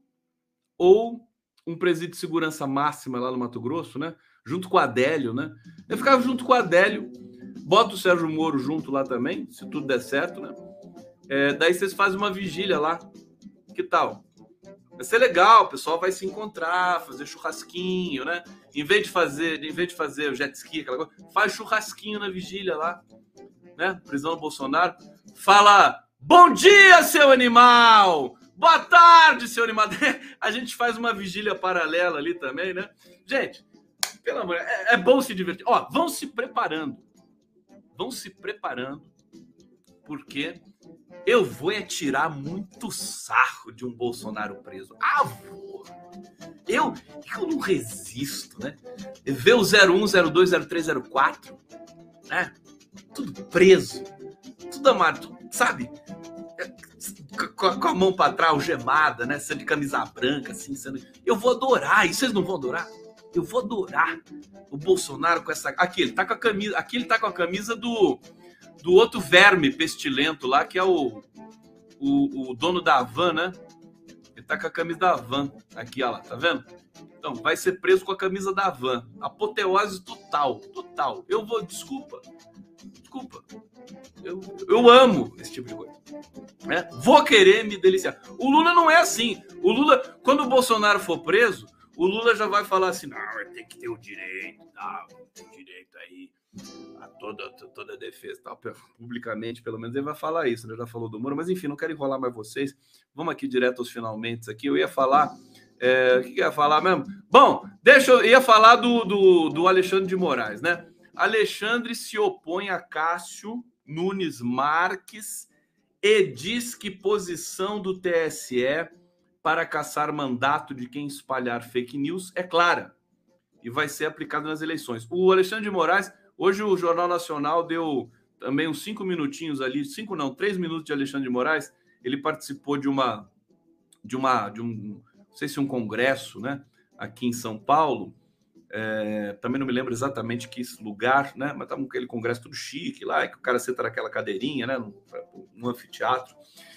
ou um presídio de segurança máxima lá no Mato Grosso, né? Junto com o Adélio, né? Eu ficava junto com o Adélio, bota o Sérgio Moro junto lá também, se tudo der certo, né? É, daí vocês fazem uma vigília lá. Que tal? Vai ser legal, o pessoal vai se encontrar, fazer churrasquinho, né? Em vez de fazer, em vez de fazer o jet ski, aquela coisa, faz churrasquinho na vigília lá, né? Prisão do Bolsonaro. Fala, bom dia, seu animal! Boa tarde, seu animal! A gente faz uma vigília paralela ali também, né? Gente, pelo amor, é, é bom se divertir. Ó, vão se preparando. Vão se preparando, porque eu vou é tirar muito sarro de um Bolsonaro preso. Ah, vou! Eu, eu não resisto, né? Ver o zero um, zero dois, zero três, zero quatro, né? Tudo preso, tudo amarrado, sabe? Com a, com a mão para trás, algemada, né? Sendo de camisa branca, assim, sendo... Eu vou adorar, e vocês não vão adorar? Eu vou adorar o Bolsonaro com essa... Aqui, ele tá com a camisa, aqui ele tá com a camisa do, do outro verme pestilento lá, que é o, o, o dono da Havan, né? Ele tá com a camisa da Havan. Aqui, ó lá, tá vendo? Então, vai ser preso com a camisa da Havan. Apoteose total, total. Eu vou... Desculpa. Desculpa. Eu, eu amo esse tipo de coisa. Né? Vou querer me deliciar. O Lula não é assim. O Lula, quando o Bolsonaro for preso, o Lula já vai falar assim, não, tem que ter o direito, tá? Tem direito aí a toda, toda a defesa, tal. Publicamente, pelo menos, ele vai falar isso, né? Já falou do Moro, mas enfim, não quero enrolar mais vocês. Vamos aqui direto aos finalmente aqui. Eu ia falar... É, o que, que eu ia falar mesmo? Bom, deixa eu ia falar do, do, do Alexandre de Moraes, né? Alexandre se opõe a Cássio Nunes Marques e diz que posição do T S E para caçar mandato de quem espalhar fake news é clara. e vai ser aplicado nas eleições. O Alexandre de Moraes, hoje o Jornal Nacional deu também uns cinco minutinhos ali, cinco não, três minutos de Alexandre de Moraes. Ele participou de uma, de uma, de um, não sei se um congresso, né, aqui em São Paulo. É, também não me lembro exatamente que lugar, né? Mas estava aquele congresso tudo chique lá, que o cara senta naquela cadeirinha, né? No anfiteatro.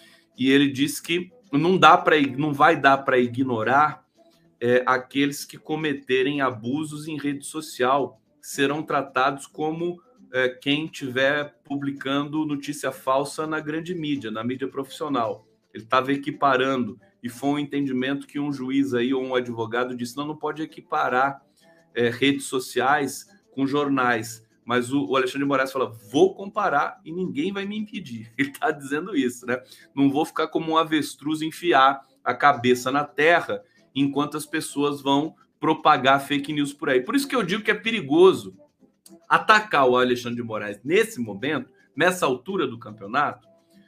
E ele disse que não dá para, não vai dar para ignorar é, aqueles que cometerem abusos em rede social, serão tratados como é, quem estiver publicando notícia falsa na grande mídia, na mídia profissional. Ele estava equiparando, e foi um entendimento que um juiz aí ou um advogado disse: não, não pode equiparar É, redes sociais com jornais, mas o, o Alexandre de Moraes fala: vou comparar e ninguém vai me impedir. Ele está dizendo isso, né? Não vou ficar como um avestruz, enfiar a cabeça na terra enquanto as pessoas vão propagar fake news por aí. Por isso que eu digo que é perigoso atacar o Alexandre de Moraes nesse momento, nessa altura do campeonato,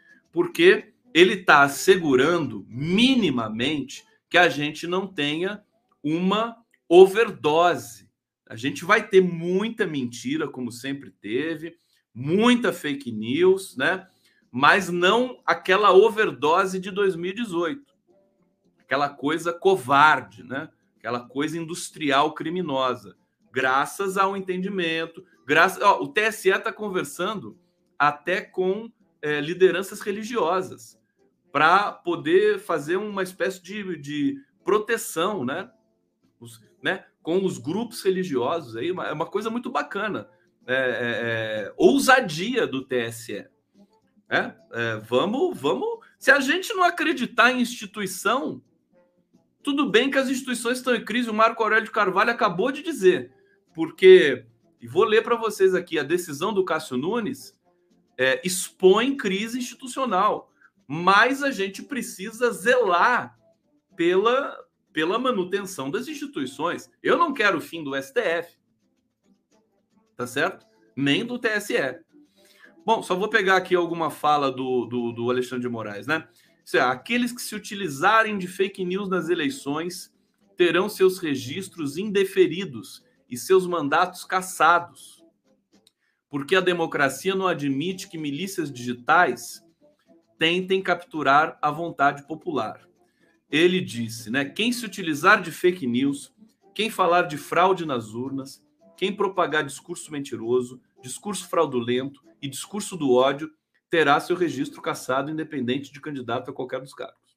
porque ele está assegurando minimamente que a gente não tenha uma overdose. A gente vai ter muita mentira, como sempre teve, muita fake news, né? Mas não aquela overdose de dois mil e dezoito, aquela coisa covarde, né? Aquela coisa industrial criminosa, graças ao entendimento, graças, ó, o T S E está conversando até com é, lideranças religiosas para poder fazer uma espécie de, de proteção, né? Os, né, com os grupos religiosos aí, é uma coisa muito bacana. É, é, é, ousadia do T S E. É, é, vamos, vamos. Se a gente não acreditar em instituição, tudo bem que as instituições estão em crise. O Marco Aurélio de Carvalho acabou de dizer, porque, e vou ler para vocês aqui, a decisão do Cássio Nunes é, expõe crise institucional, mas a gente precisa zelar pela pela manutenção das instituições. Eu não quero o fim do S T F, tá certo? Nem do T S E. Bom, só vou pegar aqui alguma fala do, do, do Alexandre de Moraes, né? Isso é, aqueles que se utilizarem de fake news nas eleições terão seus registros indeferidos e seus mandatos cassados, porque a democracia não admite que milícias digitais tentem capturar a vontade popular. Ele disse, né? Quem se utilizar de fake news, quem falar de fraude nas urnas, quem propagar discurso mentiroso, discurso fraudulento e discurso do ódio, terá seu registro cassado, independente de candidato a qualquer dos cargos.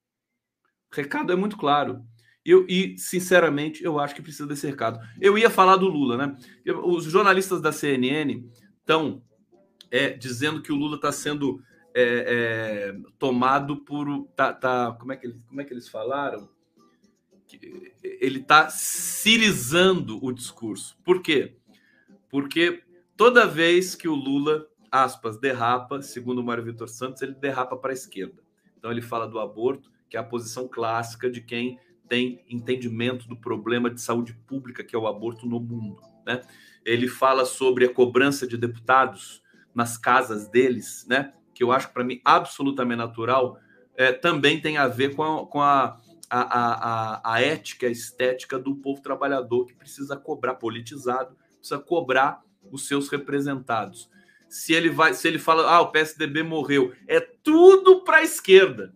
O recado é muito claro. Eu, e, sinceramente, eu acho que precisa desse recado. Eu ia falar do Lula, né? Os jornalistas da C N N estão é, dizendo que o Lula está sendo É, é, tomado por tá, tá, como, é que eles, como é que eles falaram? Que ele está cirizando o discurso. Por quê? Porque toda vez que o Lula, aspas, derrapa, segundo o Mário Vitor Santos, ele derrapa para a esquerda. Então ele fala do aborto, que é a posição clássica de quem tem entendimento do problema de saúde pública que é o aborto no mundo, né? Ele fala sobre a cobrança de deputados nas casas deles, né? Que eu acho, para mim, absolutamente natural, é, também tem a ver com, a, com a, a, a, a ética, a estética do povo trabalhador, que precisa cobrar, politizado, precisa cobrar os seus representados. Se ele, vai, se ele fala, ah, o P S D B morreu, é tudo para a esquerda.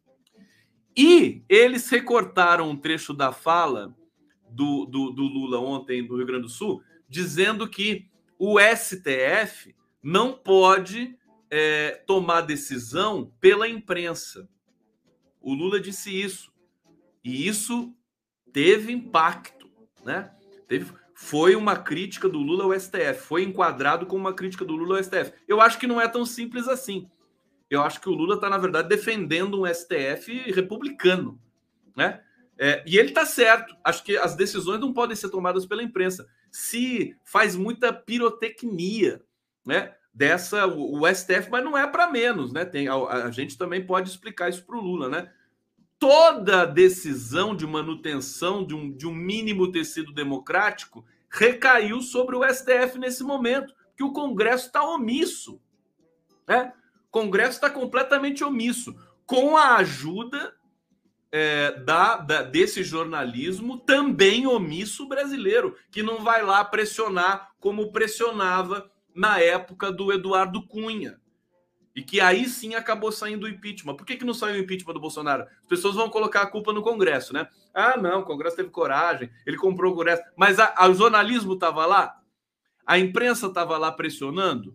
E eles recortaram um trecho da fala do, do, do Lula ontem do Rio Grande do Sul, dizendo que o S T F não pode É, tomar decisão pela imprensa. O Lula disse isso. E isso teve impacto, né? Teve, foi uma crítica do Lula ao S T F. Foi enquadrado como uma crítica do Lula ao S T F. Eu acho que não é tão simples assim. Eu acho que o Lula está, na verdade, defendendo um S T F republicano, né? É, e ele está certo. Acho que as decisões não podem ser tomadas pela imprensa. Se faz muita pirotecnia, né? Dessa, o, o S T F, mas não é para menos, né? Tem, a, a gente também pode explicar isso para o Lula, né? Toda decisão de manutenção de um, de um mínimo tecido democrático recaiu sobre o S T F nesse momento, que o Congresso está omisso, né? O Congresso está completamente omisso, com a ajuda é, da, da, desse jornalismo também omisso brasileiro, que não vai lá pressionar como pressionava na época do Eduardo Cunha. E que aí sim acabou saindo o impeachment. Por que, que não saiu o impeachment do Bolsonaro? As pessoas vão colocar a culpa no Congresso, né? Ah, não, o Congresso teve coragem, ele comprou o Congresso. Mas a, a, o jornalismo estava lá? A imprensa estava lá pressionando?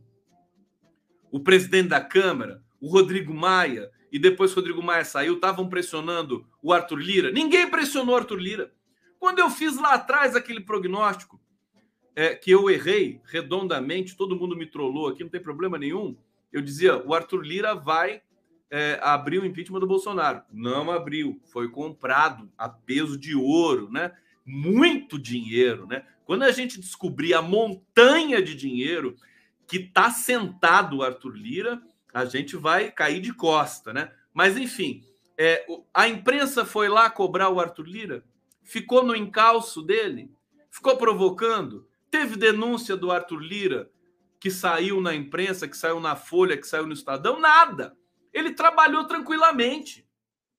O presidente da Câmara, o Rodrigo Maia, e depois que o Rodrigo Maia saiu, estavam pressionando o Arthur Lira? Ninguém pressionou o Arthur Lira. Quando eu fiz lá atrás aquele prognóstico, é, que eu errei redondamente, todo mundo me trollou aqui, não tem problema nenhum. Eu dizia, o Arthur Lira vai é, abrir o impeachment do Bolsonaro. Não abriu, foi comprado a peso de ouro, né? Muito dinheiro, né? Quando a gente descobrir a montanha de dinheiro que está sentado o Arthur Lira, a gente vai cair de costa, né? Mas, enfim, é, a imprensa foi lá cobrar o Arthur Lira, ficou no encalço dele, ficou provocando, teve denúncia do Arthur Lira, que saiu na imprensa, que saiu na Folha, que saiu no Estadão, nada. Ele trabalhou tranquilamente.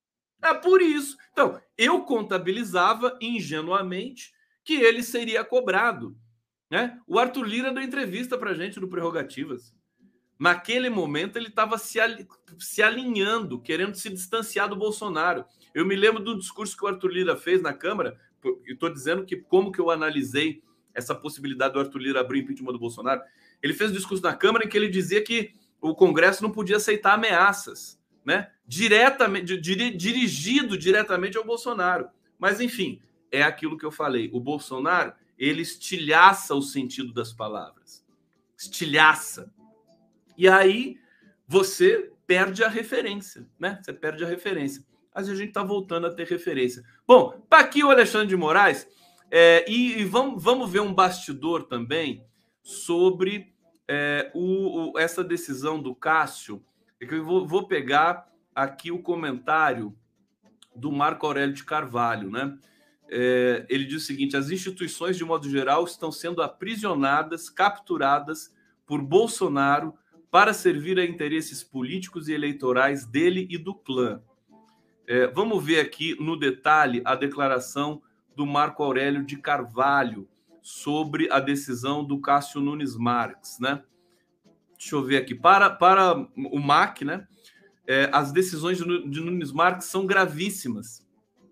É por isso. Então, eu contabilizava ingenuamente que ele seria cobrado, né? O Arthur Lira deu entrevista para a gente no Prerrogativas. Naquele momento, ele estava se, se alinhando, querendo se distanciar do Bolsonaro. Eu me lembro do discurso que o Arthur Lira fez na Câmara, e estou dizendo que como que eu analisei essa possibilidade do Arthur Lira abrir o impeachment do Bolsonaro. Ele fez um discurso na Câmara em que ele dizia que o Congresso não podia aceitar ameaças, né? Diretamente, dir, dirigido diretamente ao Bolsonaro. Mas, enfim, é aquilo que eu falei. O Bolsonaro, ele estilhaça o sentido das palavras. Estilhaça. E aí você perde a referência, né? Você perde a referência. Mas a gente está voltando a ter referência. Bom, tá aqui o Alexandre de Moraes. É, e, e vamos, vamos ver um bastidor também sobre é, o, o, essa decisão do Cássio. Eu vou, vou pegar aqui o comentário do Marco Aurélio de Carvalho, né? É, ele diz o seguinte: as instituições, de modo geral, estão sendo aprisionadas, capturadas por Bolsonaro para servir a interesses políticos e eleitorais dele e do clã. É, vamos ver aqui no detalhe a declaração do Marco Aurélio de Carvalho sobre a decisão do Cássio Nunes Marques, né? Deixa eu ver aqui. Para, para o M A C, né? É, as decisões de, de Nunes Marques são gravíssimas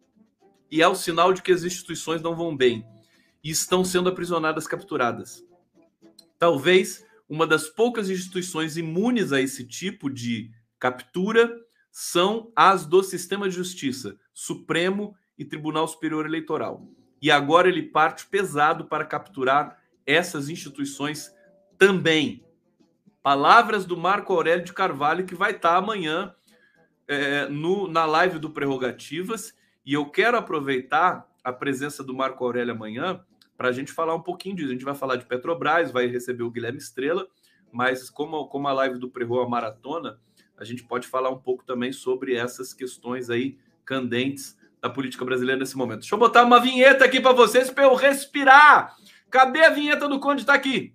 e é o sinal de que as instituições não vão bem e estão sendo aprisionadas, capturadas. Talvez uma das poucas instituições imunes a esse tipo de captura são as do sistema de justiça, Supremo e Tribunal Superior Eleitoral. E agora ele parte pesado para capturar essas instituições também. Palavras do Marco Aurélio de Carvalho, que vai estar amanhã é, no, na live do Prerrogativas. E eu quero aproveitar a presença do Marco Aurélio amanhã para a gente falar um pouquinho disso. A gente vai falar de Petrobras, vai receber o Guilherme Estrela, mas como, como a live do Prerro é maratona, a gente pode falar um pouco também sobre essas questões aí candentes da política brasileira nesse momento. Deixa eu botar uma vinheta aqui para vocês para eu respirar. Cadê a vinheta do Conde? Está aqui.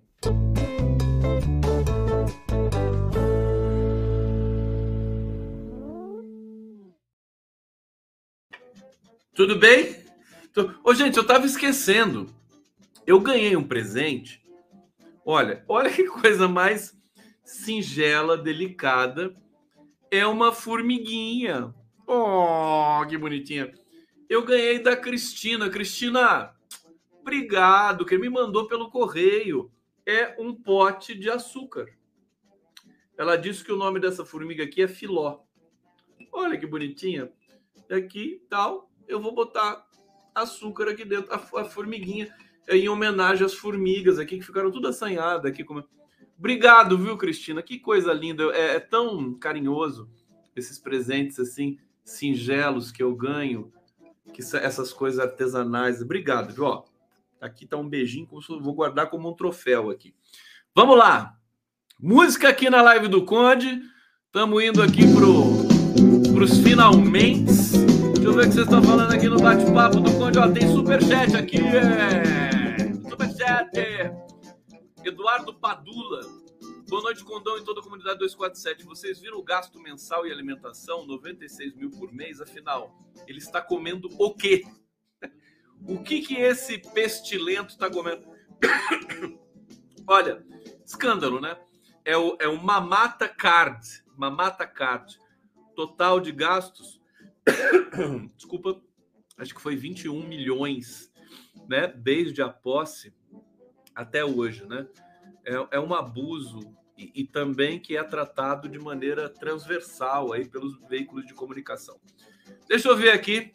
Tudo bem? Ô, gente, eu estava esquecendo. Eu ganhei um presente. Olha, olha que coisa mais singela, delicada. É uma formiguinha. Oh, que bonitinha. Eu ganhei da Cristina. Cristina, obrigado, que me mandou pelo correio. É um pote de açúcar. Ela disse que o nome dessa formiga aqui é Filó. Olha que bonitinha. Aqui, tal, eu vou botar açúcar aqui dentro, a, a formiguinha, em homenagem às formigas aqui, que ficaram tudo assanhadas aqui. Como... Obrigado, viu, Cristina? Que coisa linda. É, é tão carinhoso esses presentes, assim, singelos que eu ganho, que essas coisas artesanais. Obrigado, viu? Ó, aqui tá um beijinho, vou guardar como um troféu aqui. Vamos lá. Música aqui na live do Conde. Estamos indo aqui pro, pros finalmente. Deixa eu ver o que vocês estão falando aqui no bate-papo do Conde. Ó, tem superchat aqui. É... Superchat. Eduardo Padula. Boa noite, Condão e toda a comunidade duzentos e quarenta e sete. Vocês viram o gasto mensal em alimentação? noventa e seis mil por mês, afinal, ele está comendo o quê? O que que esse pestilento está comendo? Olha, escândalo, né? É o, é o Mamata Card. Mamata Card. Total de gastos, desculpa, acho que foi vinte e um milhões, né? Desde a posse até hoje, né? É, é um abuso e, e também que é tratado de maneira transversal aí pelos veículos de comunicação. Deixa eu ver aqui.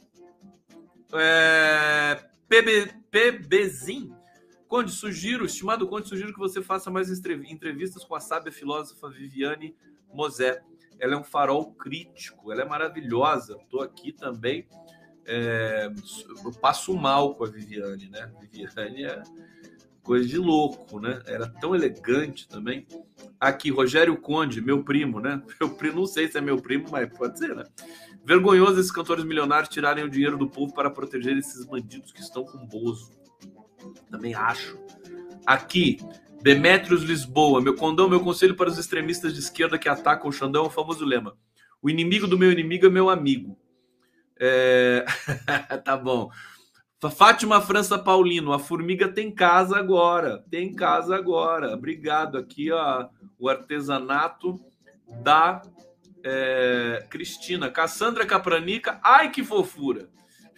É, PB, PBzin. Conde, sugiro, estimado Conde, sugiro que você faça mais entrevistas com a sábia filósofa Viviane Mosé. Ela é um farol crítico, ela é maravilhosa. Estou aqui também. É, eu passo mal com a Viviane, né? Viviane é coisa de louco, né? Era tão elegante também. Aqui, Rogério Conde, meu primo, né? Meu primo, não sei se é meu primo, mas pode ser, né? Vergonhoso esses cantores milionários tirarem o dinheiro do povo para proteger esses bandidos que estão com Bozo. Também acho. Aqui, Demétrios Lisboa, meu Condão, meu conselho para os extremistas de esquerda que atacam o Xandão é o famoso lema: o inimigo do meu inimigo é meu amigo. É... Tá bom. Fátima França Paulino, a formiga tem casa agora. Tem casa agora. Obrigado aqui, ó, o artesanato da é, Cristina. Cassandra Capranica, ai que fofura.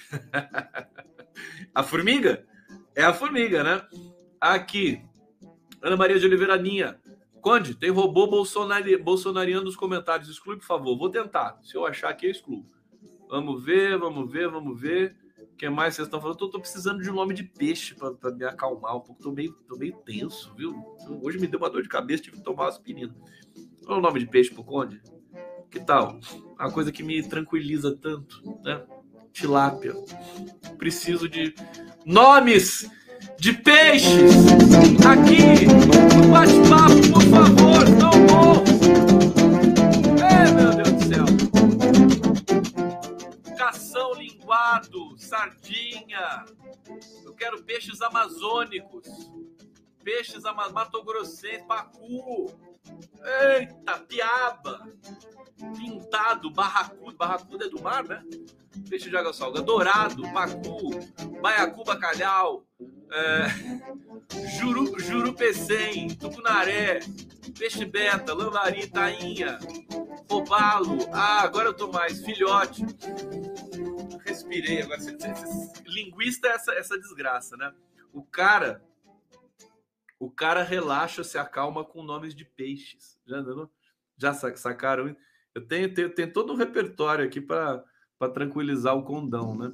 A formiga? É a formiga, né? Aqui, Ana Maria de Oliveira Ninha. Conde, tem robô bolsonari... bolsonariano nos comentários. Exclui, por favor. Vou tentar. Se eu achar aqui, eu excluo. Vamos ver, vamos ver, vamos ver. O que mais vocês estão falando? Eu tô precisando de um nome de peixe para me acalmar um pouco. Tô meio, tô meio tenso, viu? Hoje me deu uma dor de cabeça, tive que tomar uma aspirina. Qual é o nome de peixe pro Conde? Que tal? Uma coisa que me tranquiliza tanto, né? Tilápia. Preciso de nomes de peixes aqui no bate-papo, por favor, não morro. É, meu Deus do céu. Cação linguado, sardinha. Eu quero peixes amazônicos. Peixes ama- matogrossenses, pacu. Eita, piaba. Pintado, barracudo. Barracudo é do mar, né? Peixe de água salgada, dourado, pacu, baiacu, bacalhau, é, juru, jurupecém, tucunaré, peixe beta, lambari, tainha, robalo. Ah, agora eu tô mais, filhote. Respirei agora. Linguista é essa, essa desgraça, né? O cara, o cara relaxa, se acalma com nomes de peixes. Já, não, já sacaram? Eu tenho, tenho, tenho todo um repertório aqui para para tranquilizar o Condão, né?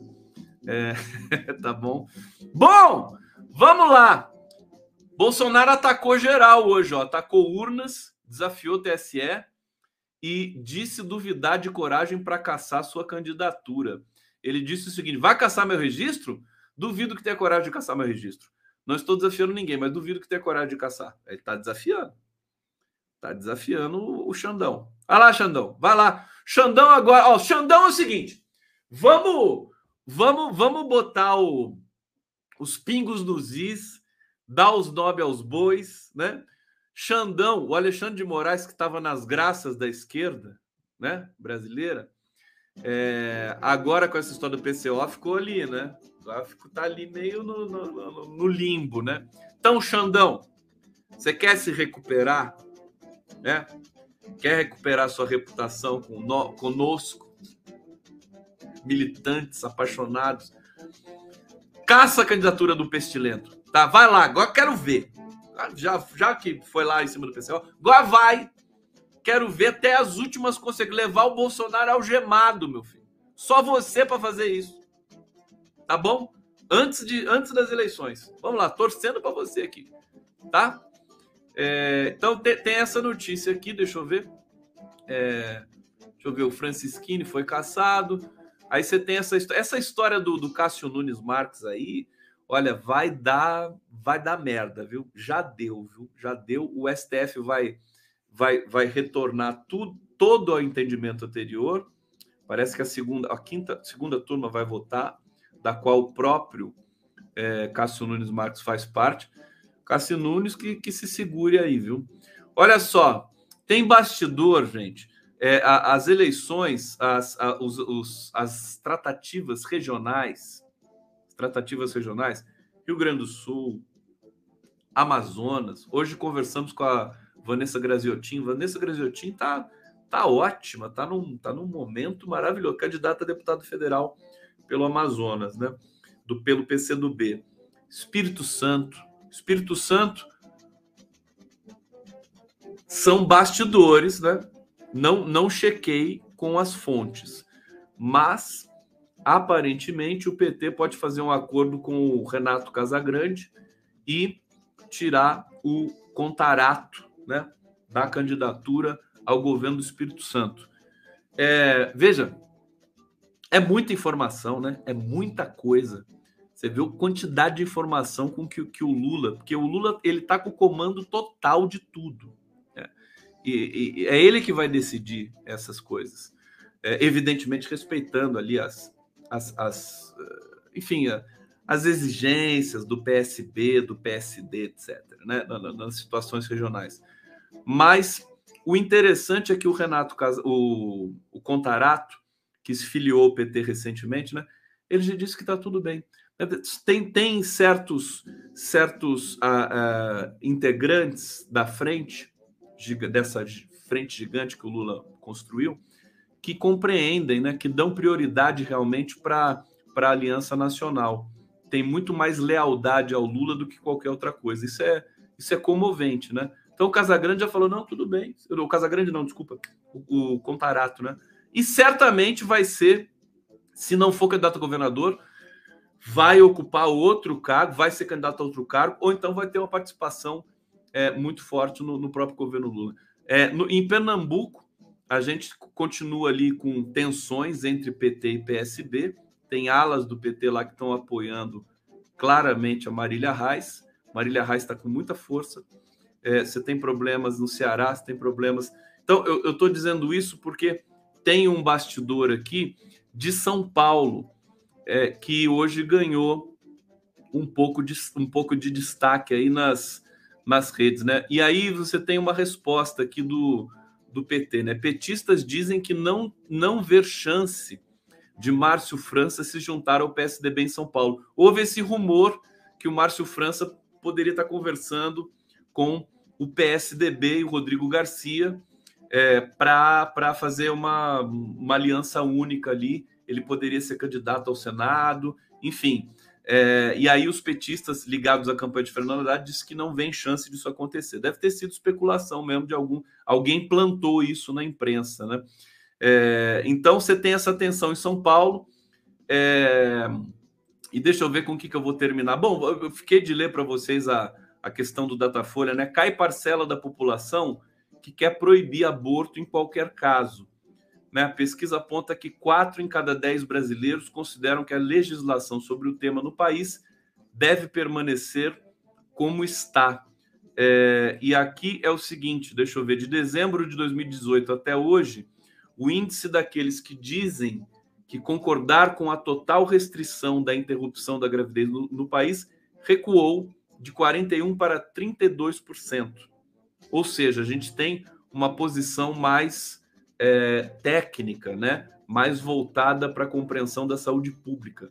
É, tá bom? Bom, vamos lá. Bolsonaro atacou geral hoje, ó. Atacou urnas, desafiou o T S E e disse duvidar de coragem para caçar sua candidatura. Ele disse o seguinte: vai caçar meu registro? Duvido que tenha coragem de caçar meu registro. Não estou desafiando ninguém, mas duvido que tenha coragem de caçar. Ele está desafiando. Está desafiando o Xandão. Vai lá, Xandão. Vai lá. Xandão agora. Ó, Xandão é o seguinte. Vamos, vamos, vamos botar o, os pingos nos is, dar os nobres aos bois, né? Xandão, o Alexandre de Moraes, que estava nas graças da esquerda, né, brasileira, é, agora com essa história do P C O ficou ali, né? Tá ali meio no, no, no, no limbo, né? Então, Xandão, você quer se recuperar, né? Quer recuperar sua reputação com no, conosco, militantes apaixonados? Caça a candidatura do Pestilento, tá? Vai lá, agora quero ver. Já, já que foi lá em cima do P C O, agora vai. Quero ver até as últimas conseguir levar o Bolsonaro algemado, meu filho. Só você para fazer isso. Tá bom? Antes, de, antes das eleições. Vamos lá, torcendo para você aqui. Tá? É, então tem, tem essa notícia aqui, deixa eu ver. É, deixa eu ver, o Francisquini foi caçado. Aí você tem essa, essa história do, do Cássio Nunes Marques aí. Olha, vai dar, vai dar merda, viu? Já deu, viu? Já deu. O S T F vai, vai, vai retornar tudo, todo ao entendimento anterior. Parece que a segunda, a quinta, segunda turma vai votar, da qual o próprio é, Cássio Nunes Marques faz parte. Cássio Nunes que, que se segure aí, viu? Olha só, tem bastidor, gente. É, a, as eleições, as, a, os, os, as tratativas regionais, tratativas regionais, Rio Grande do Sul, Amazonas. Hoje conversamos com a Vanessa Graziotin. Vanessa Graziotin tá, tá ótima, tá num, tá num momento maravilhoso. Candidata a deputado federal pelo Amazonas, né? Do, pelo P C do B. Espírito Santo. Espírito Santo são bastidores, né? Não, não chequei com as fontes, mas aparentemente o P T pode fazer um acordo com o Renato Casagrande e tirar o Contarato, né, da candidatura ao governo do Espírito Santo. É, veja, é muita informação, né? É muita coisa. Você vê a quantidade de informação com que, que o Lula, porque o Lula ele está com o comando total de tudo. Né? E, e é ele que vai decidir essas coisas. É, evidentemente respeitando ali as, as, as enfim, as exigências do P S B, do P S D, etcétera, né? Nas situações regionais. Mas o interessante é que o Renato, o, o Contarato, que se filiou ao P T recentemente, né? Ele já disse que está tudo bem. Tem, tem certos, certos uh, uh, integrantes da frente, dessa frente gigante que o Lula construiu, que compreendem, né, que dão prioridade realmente para a Aliança Nacional. Tem muito mais lealdade ao Lula do que qualquer outra coisa. Isso é, isso é comovente, né? Então o Casagrande já falou, não, tudo bem. O Casagrande não, desculpa, o, o Contarato, né? E certamente vai ser, se não for candidato a governador, vai ocupar outro cargo, vai ser candidato a outro cargo, ou então vai ter uma participação é, muito forte no, no próprio governo Lula. É, no, em Pernambuco, a gente continua ali com tensões entre P T e P S B. Tem alas do P T lá que estão apoiando claramente a Marília Reis. Marília Reis está com muita força. É, você tem problemas no Ceará, você tem problemas... Então, eu estou dizendo isso porque tem um bastidor aqui de São Paulo, é, que hoje ganhou um pouco de, um pouco de destaque aí nas, nas redes, né? E aí você tem uma resposta aqui do, do P T, né? Petistas dizem que não, não ver chance de Márcio França se juntar ao P S D B em São Paulo. Houve esse rumor que o Márcio França poderia estar conversando com o P S D B e o Rodrigo Garcia é, para fazer uma, uma aliança única ali. Ele poderia ser candidato ao Senado, enfim. É, e aí os petistas ligados à campanha de Fernando Haddad dizem que não vem chance disso acontecer. Deve ter sido especulação mesmo de algum... Alguém plantou isso na imprensa, né? É, então você tem essa tensão em São Paulo. É, e deixa eu ver com o que, que eu vou terminar. Bom, eu fiquei de ler para vocês a, a questão do Datafolha, né? Cai parcela da população que quer proibir aborto em qualquer caso. Né? A pesquisa aponta que quatro em cada dez brasileiros consideram que a legislação sobre o tema no país deve permanecer como está. É, e aqui é o seguinte, deixa eu ver, de dezembro de dois mil e dezoito até hoje, o índice daqueles que dizem que concordar com a total restrição da interrupção da gravidez no, no país recuou de quarenta e um por cento para trinta e dois por cento. Ou seja, a gente tem uma posição mais é, técnica, né? Mais voltada para a compreensão da saúde pública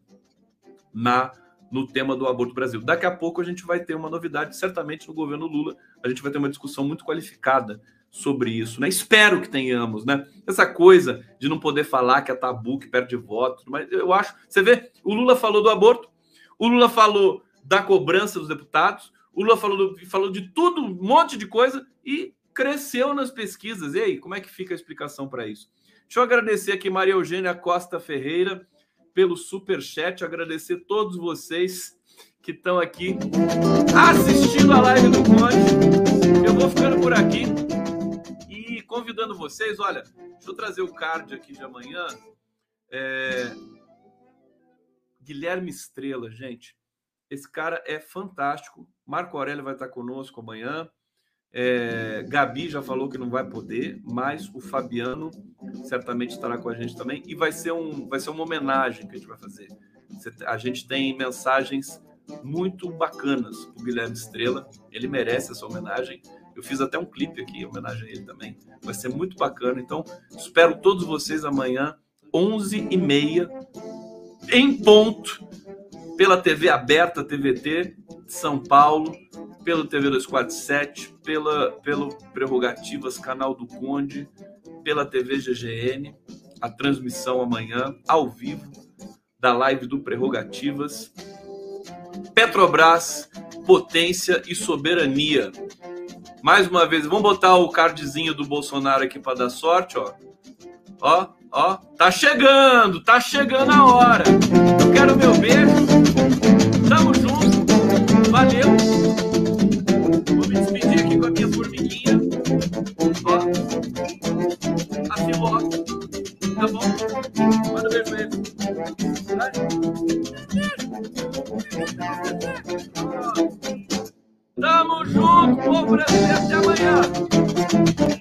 na, no tema do aborto no Brasil. Daqui a pouco a gente vai ter uma novidade, certamente no governo Lula, a gente vai ter uma discussão muito qualificada sobre isso, né? Espero que tenhamos, né? Essa coisa de não poder falar que é tabu, que perde voto, mas eu acho... Você vê, o Lula falou do aborto, o Lula falou da cobrança dos deputados, o Lula falou, do, falou de tudo, um monte de coisa, e cresceu nas pesquisas. E aí, como é que fica a explicação para isso? Deixa eu agradecer aqui Maria Eugênia Costa Ferreira pelo superchat, agradecer todos vocês que estão aqui assistindo a live do Conde. Eu vou ficando por aqui e convidando vocês, olha, deixa eu trazer o card aqui de amanhã. É... Guilherme Estrela, gente, esse cara é fantástico. Marco Aurélio vai estar conosco amanhã. É, Gabi já falou que não vai poder, mas o Fabiano certamente estará com a gente também. E vai ser, um, vai ser uma homenagem que a gente vai fazer. A gente tem mensagens muito bacanas para o Guilherme Estrela. Ele merece essa homenagem. Eu fiz até um clipe aqui em homenagem a ele também. Vai ser muito bacana. Então, espero todos vocês amanhã, onze e meia, em ponto, pela T V aberta, T V T de São Paulo, pelo T V duzentos e quarenta e sete, pela, pelo Prerrogativas, canal do Conde, pela T V G G N, a transmissão amanhã, ao vivo, da live do Prerrogativas. Petrobras, potência e soberania. Mais uma vez, vamos botar o cardzinho do Bolsonaro aqui para dar sorte, ó. Ó, ó, tá chegando, tá chegando a hora. Eu quero meu beijo. Tamo junto. Valeu. Vou me despedir aqui com a minha formiguinha. Ó, a filó. Tá bom? Manda um beijo pra ele. Vai. Tamo junto, povo brasileiro. Até amanhã.